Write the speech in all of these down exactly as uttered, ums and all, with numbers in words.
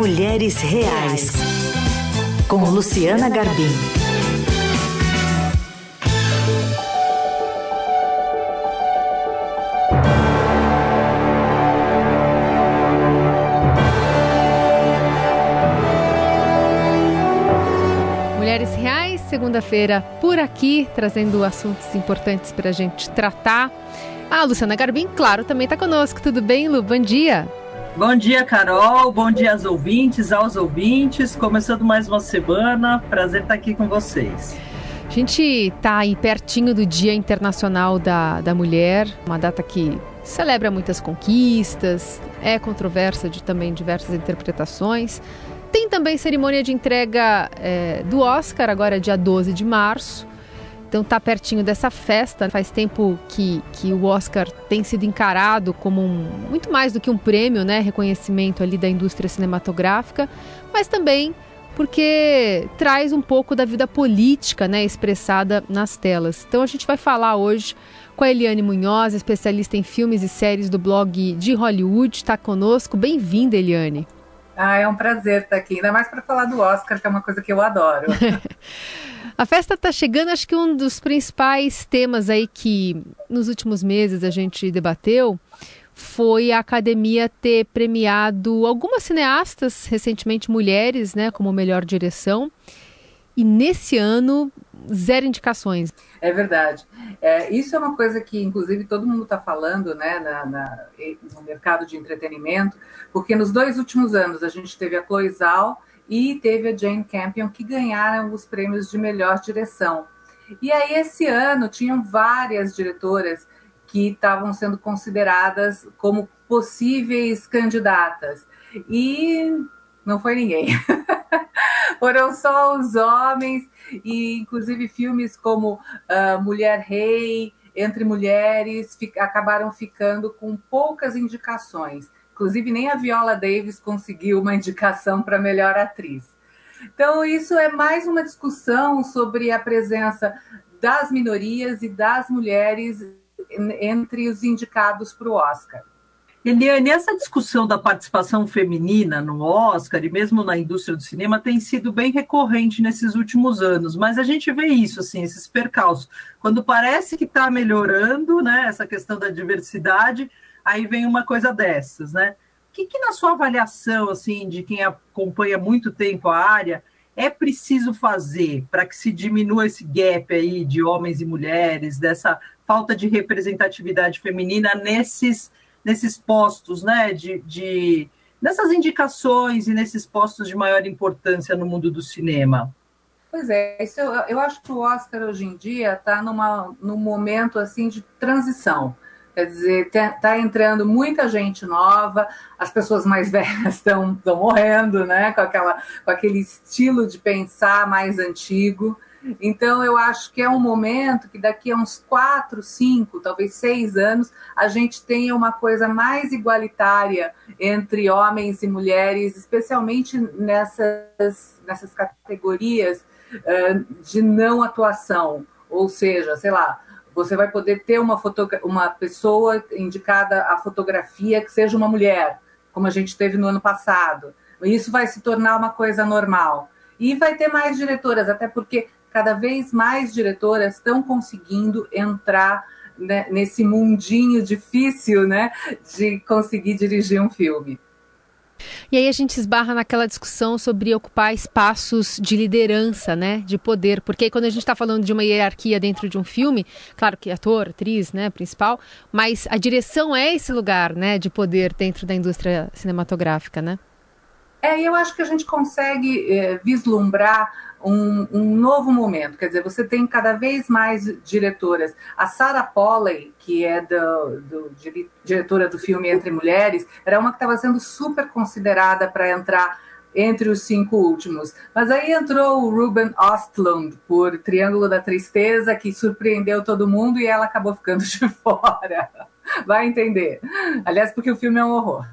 Mulheres Reais, com Luciana Garbim. Mulheres Reais, segunda-feira por aqui, trazendo assuntos importantes para a gente tratar. A Luciana Garbim, claro, também está conosco. Tudo bem, Lu? Bom dia. Bom dia, Carol. Bom dia aos ouvintes, aos ouvintes. Começando mais uma semana. Prazer estar aqui com vocês. A gente está aí pertinho do Dia Internacional da, da Mulher, uma data que celebra muitas conquistas, é controversa de também diversas interpretações. Tem também cerimônia de entrega é, do Oscar, agora dia doze de março. Então está pertinho dessa festa. Faz tempo que, que o Oscar tem sido encarado como um, muito mais do que um prêmio, né? Reconhecimento ali da indústria cinematográfica, mas também porque traz um pouco da vida política, né, expressada nas telas. Então a gente vai falar hoje com a Eliane Munhoz, especialista em filmes e séries do blog de Hollywood. Está conosco. Bem-vinda, Eliane. Ah, é um prazer estar aqui, ainda mais para falar do Oscar, que é uma coisa que eu adoro. A festa está chegando, acho que um dos principais temas aí que nos últimos meses a gente debateu foi a Academia ter premiado algumas cineastas, recentemente mulheres, né, como melhor direção. E nesse ano, zero indicações. É verdade. É, isso é uma coisa que, inclusive, todo mundo está falando, né, na, na, no mercado de entretenimento, porque nos dois últimos anos a gente teve a Chloe Zhao e teve a Jane Campion, que ganharam os prêmios de melhor direção. E aí, esse ano, tinham várias diretoras que estavam sendo consideradas como possíveis candidatas. E não foi ninguém. Foram só os homens, e inclusive filmes como uh, Mulher Rei, Entre Mulheres, fi- acabaram ficando com poucas indicações. Inclusive nem a Viola Davis conseguiu uma indicação para melhor atriz. Então isso é mais uma discussão sobre a presença das minorias e das mulheres entre os indicados para o Oscar. Eliane, essa discussão da participação feminina no Oscar e mesmo na indústria do cinema tem sido bem recorrente nesses últimos anos, mas a gente vê isso, assim, esses percalços. Quando parece que está melhorando, né, essa questão da diversidade, aí vem uma coisa dessas, né? O que, que na sua avaliação, assim, de quem acompanha há muito tempo a área, é preciso fazer para que se diminua esse gap aí de homens e mulheres, dessa falta de representatividade feminina nesses nesses postos, né, de, de, nessas indicações e nesses postos de maior importância no mundo do cinema? Pois é, isso eu, eu acho que o Oscar hoje em dia está num momento assim, de transição. Quer dizer, está entrando muita gente nova, as pessoas mais velhas estão morrendo, né, com, aquela, com aquele estilo de pensar mais antigo. Então, eu acho que é um momento que daqui a uns quatro, cinco, talvez seis anos, a gente tenha uma coisa mais igualitária entre homens e mulheres, especialmente nessas, nessas categorias uh, de não atuação. Ou seja, sei lá, você vai poder ter uma, fotogra- uma pessoa indicada à fotografia que seja uma mulher, como a gente teve no ano passado. Isso vai se tornar uma coisa normal. E vai ter mais diretoras, até porque cada vez mais diretoras estão conseguindo entrar, né, nesse mundinho difícil, né, de conseguir dirigir um filme. E aí a gente esbarra naquela discussão sobre ocupar espaços de liderança, né, de poder, porque aí quando a gente está falando de uma hierarquia dentro de um filme, claro que ator, atriz, né, principal, mas a direção é esse lugar, né, de poder dentro da indústria cinematográfica, né? É, e eu acho que a gente consegue é, vislumbrar um, um novo momento. Quer dizer, você tem cada vez mais diretoras. A Sarah Polley, que é do, do, diretora do filme Entre Mulheres, era uma que estava sendo super considerada para entrar entre os cinco últimos. Mas aí entrou o Ruben Östlund por Triângulo da Tristeza, que surpreendeu todo mundo e ela acabou ficando de fora. Vai entender. Aliás, porque o filme é um horror.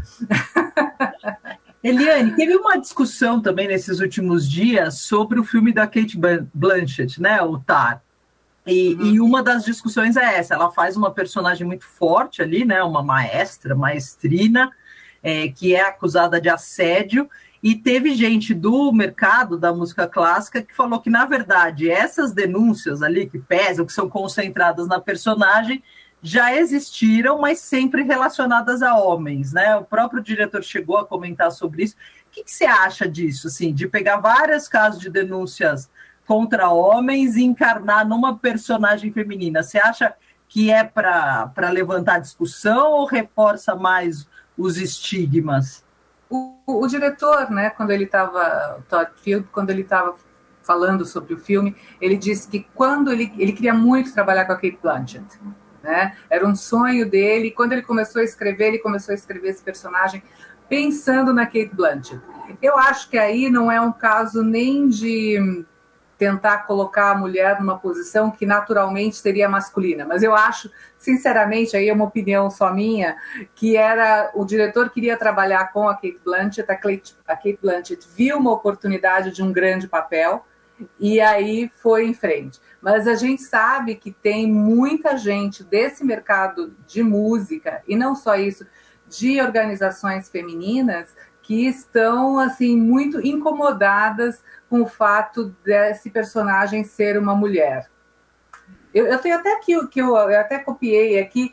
Eliane, teve uma discussão também nesses últimos dias sobre o filme da Cate Blanchett, né, o Tar. E, uhum. e uma das discussões é essa, ela faz uma personagem muito forte ali, né, uma maestra, maestrina, é, que é acusada de assédio, e teve gente do mercado da música clássica que falou que, na verdade, essas denúncias ali que pesam, que são concentradas na personagem, já existiram, mas sempre relacionadas a homens, né? O próprio diretor chegou a comentar sobre isso. O que, que você acha disso, assim, de pegar vários casos de denúncias contra homens e encarnar numa personagem feminina? Você acha que é para levantar discussão ou reforça mais os estigmas? O, o diretor, né, quando ele estava, Todd Field, quando ele estava falando sobre o filme, ele disse que quando ele, ele queria muito trabalhar com a Cate Blanchett, né, era um sonho dele, e quando ele começou a escrever, ele começou a escrever esse personagem pensando na Cate Blanchett. Eu acho que aí não é um caso nem de tentar colocar a mulher numa posição que naturalmente seria masculina, mas eu acho, sinceramente, aí é uma opinião só minha, que era, o diretor queria trabalhar com a Cate Blanchett, a Cate, a Cate Blanchett viu uma oportunidade de um grande papel, e aí foi em frente. Mas a gente sabe que tem muita gente desse mercado de música, e não só isso, de organizações femininas, que estão assim muito incomodadas com o fato desse personagem ser uma mulher. Eu, eu tenho até aqui, que eu, eu até copiei aqui,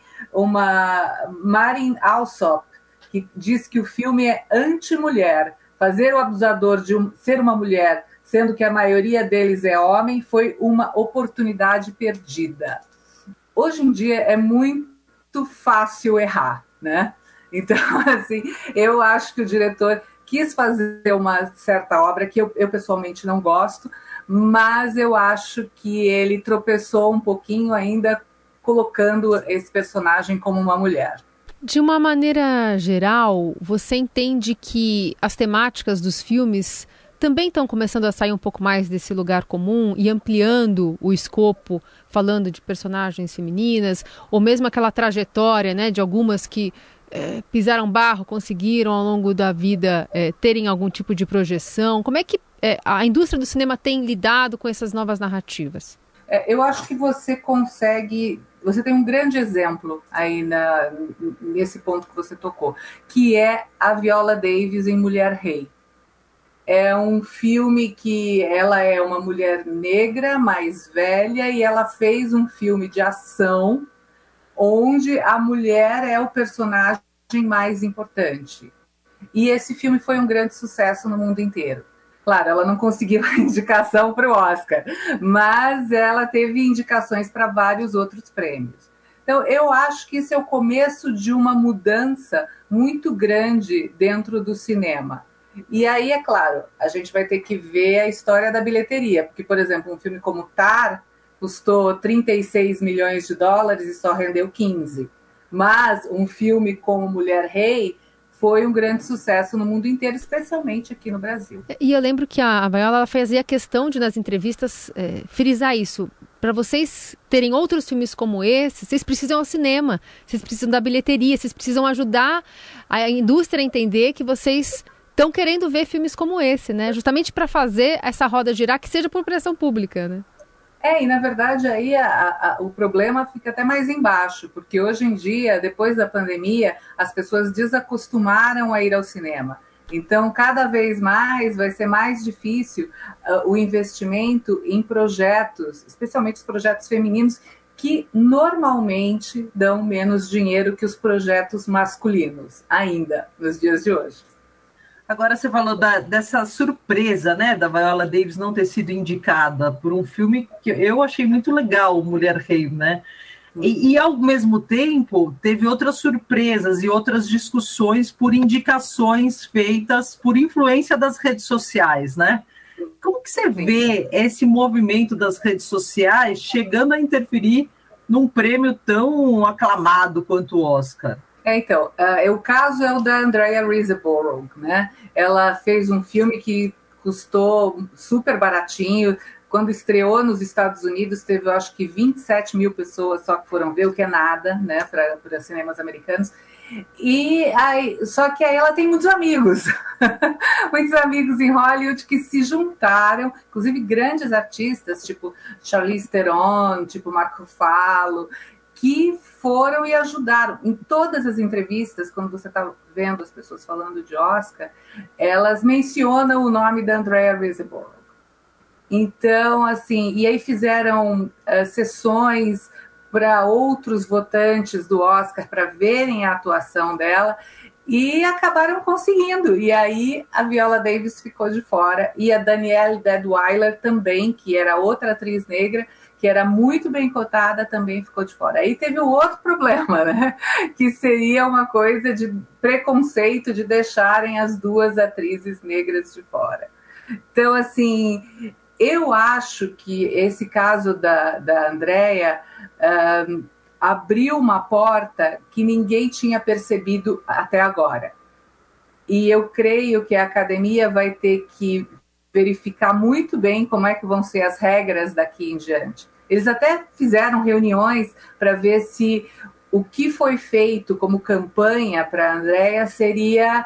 uma Marin Alsop, que diz que o filme é anti-mulher. Fazer o abusador de um, ser uma mulher, sendo que a maioria deles é homem, foi uma oportunidade perdida. Hoje em dia é muito fácil errar, né? Então, assim, eu acho que o diretor quis fazer uma certa obra que eu, eu pessoalmente não gosto, mas eu acho que ele tropeçou um pouquinho ainda colocando esse personagem como uma mulher. De uma maneira geral, você entende que as temáticas dos filmes também estão começando a sair um pouco mais desse lugar comum e ampliando o escopo, falando de personagens femininas, ou mesmo aquela trajetória, né, de algumas que É, pisaram barro, conseguiram ao longo da vida é, terem algum tipo de projeção? Como é que é, a indústria do cinema tem lidado com essas novas narrativas? É, eu acho que você consegue... Você tem um grande exemplo aí na, nesse ponto que você tocou, que é a Viola Davis em Mulher Rei. É um filme que ela é uma mulher negra, mais velha, e ela fez um filme de ação onde a mulher é o personagem mais importante. E esse filme foi um grande sucesso no mundo inteiro. Claro, ela não conseguiu a indicação para o Oscar, mas ela teve indicações para vários outros prêmios. Então, eu acho que esse é o começo de uma mudança muito grande dentro do cinema. E aí, é claro, a gente vai ter que ver a história da bilheteria, porque, por exemplo, um filme como Tar custou trinta e seis milhões de dólares e só rendeu quinze. Mas um filme como Mulher Rei foi um grande sucesso no mundo inteiro, especialmente aqui no Brasil. E eu lembro que a Viola ela fazia questão de, nas entrevistas, é, frisar isso. Para vocês terem outros filmes como esse, vocês precisam ao cinema, vocês precisam da bilheteria, vocês precisam ajudar a indústria a entender que vocês estão querendo ver filmes como esse, né? Justamente para fazer essa roda girar, que seja por pressão pública, né? É, e na verdade aí a, a, o problema fica até mais embaixo, porque hoje em dia, depois da pandemia, as pessoas desacostumaram a ir ao cinema. Então, cada vez mais vai ser mais difícil uh, o investimento em projetos, especialmente os projetos femininos, que normalmente dão menos dinheiro que os projetos masculinos, ainda, nos dias de hoje. Agora você falou da, dessa surpresa, né, da Viola Davis não ter sido indicada por um filme que eu achei muito legal, Mulher Rei, né? E, e ao mesmo tempo teve outras surpresas e outras discussões por indicações feitas por influência das redes sociais, né? Como que você vê esse movimento das redes sociais chegando a interferir num prêmio tão aclamado quanto o Oscar? É, então, uh, o caso é o da Andrea Riseborough, né? Ela fez um filme que custou super baratinho. Quando estreou nos Estados Unidos, teve, eu acho que, vinte e sete mil pessoas só que foram ver, o que é nada, né, para cinemas americanos. E aí, só que aí ela tem muitos amigos, muitos amigos em Hollywood que se juntaram, inclusive grandes artistas, tipo Charlize Theron, tipo Mark Ruffalo, que foram e ajudaram. Em todas as entrevistas, quando você está vendo as pessoas falando de Oscar, elas mencionam o nome da Andrea Riseborough. Então, assim, e aí fizeram uh, sessões para outros votantes do Oscar para verem a atuação dela e acabaram conseguindo. E aí a Viola Davis ficou de fora e a Danielle Deadwyler também, que era outra atriz negra, que era muito bem cotada, também ficou de fora. Aí teve um outro problema, né? Que seria uma coisa de preconceito de deixarem as duas atrizes negras de fora. Então, assim, eu acho que esse caso da, da Andrea um, abriu uma porta que ninguém tinha percebido até agora. E eu creio que a academia vai ter que verificar muito bem como é que vão ser as regras daqui em diante. Eles até fizeram reuniões para ver se o que foi feito como campanha para a Andrea seria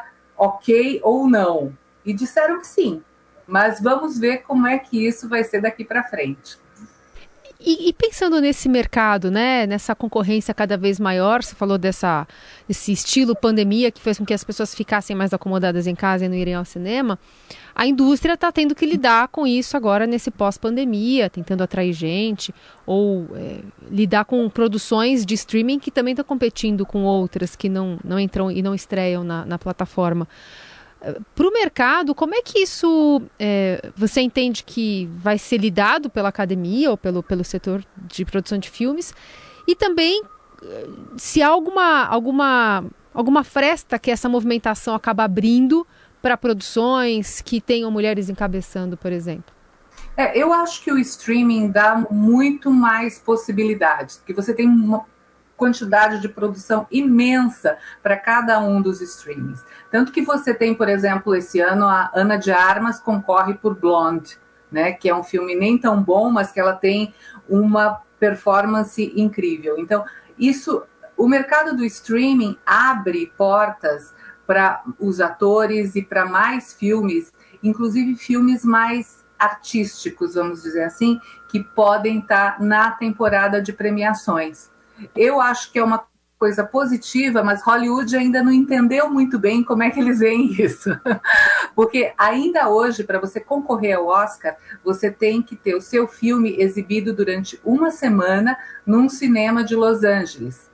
ok ou não. E disseram que sim. Mas vamos ver como é que isso vai ser daqui para frente. E, e pensando nesse mercado, né, nessa concorrência cada vez maior, você falou dessa, desse estilo pandemia que fez com que as pessoas ficassem mais acomodadas em casa e não irem ao cinema, a indústria está tendo que lidar com isso agora nesse pós-pandemia, tentando atrair gente, ou é, lidar com produções de streaming que também estão competindo com outras que não, não entram e não estreiam na, na plataforma. Para o mercado, como é que isso é, você entende que vai ser lidado pela academia ou pelo, pelo setor de produção de filmes? E também se há alguma, alguma, alguma fresta que essa movimentação acaba abrindo para produções que tenham mulheres encabeçando, por exemplo? É, eu acho que o streaming dá muito mais possibilidades, porque você tem uma quantidade de produção imensa para cada um dos streamings. Tanto que você tem, por exemplo, esse ano, a Ana de Armas concorre por Blonde, né, que é um filme nem tão bom, mas que ela tem uma performance incrível. Então, isso, o mercado do streaming abre portas para os atores e para mais filmes, inclusive filmes mais artísticos, vamos dizer assim, que podem estar na temporada de premiações. Eu acho que é uma coisa positiva, mas Hollywood ainda não entendeu muito bem como é que eles veem isso. Porque ainda hoje, para você concorrer ao Oscar, você tem que ter o seu filme exibido durante uma semana num cinema de Los Angeles.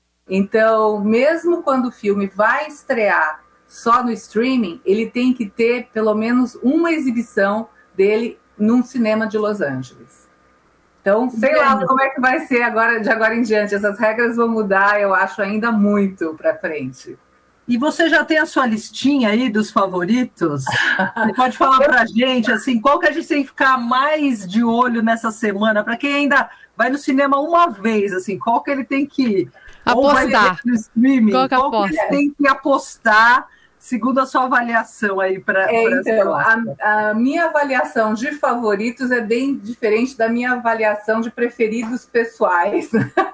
Então, mesmo quando o filme vai estrear só no streaming, ele tem que ter pelo menos uma exibição dele num cinema de Los Angeles. Então, sei lá como é que vai ser agora, de agora em diante. Essas regras vão mudar, eu acho, ainda muito para frente. E você já tem a sua listinha aí dos favoritos? Você pode falar para a gente, assim, qual que a gente tem que ficar mais de olho nessa semana? Para quem ainda vai no cinema uma vez, assim, qual que ele tem que apostar? No streaming, qual que, qual que ele tem que apostar? Segundo a sua avaliação aí para é, então, a, a minha avaliação de favoritos é bem diferente da minha avaliação de preferidos pessoais.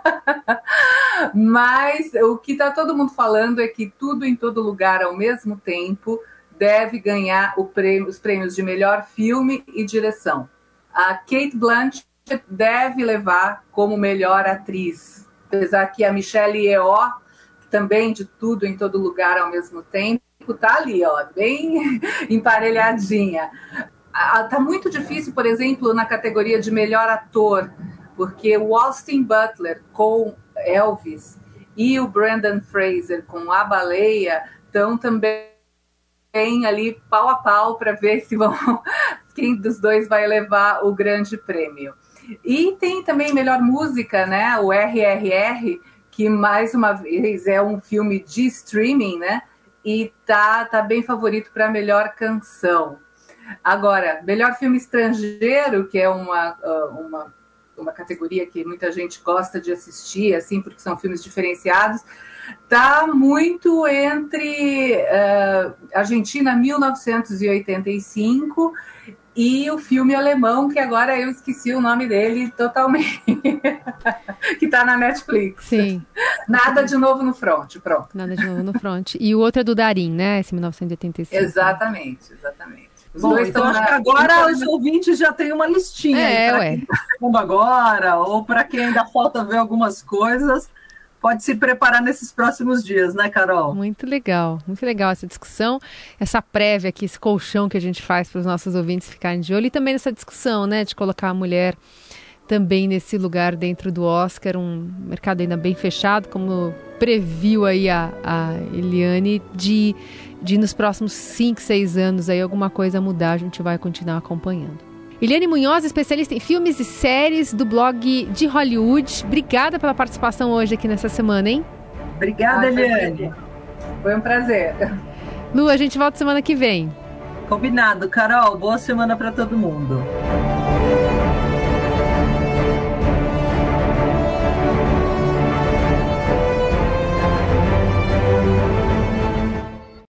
Mas o que está todo mundo falando é que Tudo em Todo Lugar ao Mesmo Tempo deve ganhar o prêmio, os prêmios de melhor filme e direção. A Cate Blanchett deve levar como melhor atriz, apesar que a Michelle Yeoh, também de Tudo em Todo Lugar ao Mesmo Tempo, tá ali, ó, bem emparelhadinha. Tá muito difícil, por exemplo, na categoria de melhor ator, porque o Austin Butler com Elvis e o Brendan Fraser com A Baleia estão também ali pau a pau para ver se vão quem dos dois vai levar o grande prêmio. E tem também melhor música, né? O R R R, que mais uma vez é um filme de streaming, né? E tá, tá bem favorito para melhor canção. Agora, melhor filme estrangeiro, que é uma, uma, uma categoria que muita gente gosta de assistir, assim, porque são filmes diferenciados, tá muito entre uh, Argentina mil novecentos e oitenta e cinco e o filme alemão, que agora eu esqueci o nome dele totalmente, que está na Netflix. Sim. Nada de Novo no Front, pronto. Nada de Novo no Front. E o outro é do Darim, né? Esse mil novecentos e oitenta e cinco. Exatamente, exatamente. Os Bom, então acho na... que agora os ouvintes já têm uma listinha. É, para ué. quem está chegando agora, ou para quem ainda falta ver algumas coisas, pode se preparar nesses próximos dias, né, Carol? Muito legal, muito legal essa discussão, essa prévia aqui, esse colchão que a gente faz para os nossos ouvintes ficarem de olho, e também nessa discussão, né, de colocar a mulher também nesse lugar dentro do Oscar, um mercado ainda bem fechado, como previu aí a, a Eliane, de, de nos próximos cinco, seis anos aí alguma coisa mudar, a gente vai continuar acompanhando. Eliane Munhoz, especialista em filmes e séries do blog de Hollywood. Obrigada pela participação hoje aqui nessa semana, hein? Obrigada, ah, Eliane. Foi um prazer. Lu, a gente volta semana que vem. Combinado, Carol. Boa semana para todo mundo.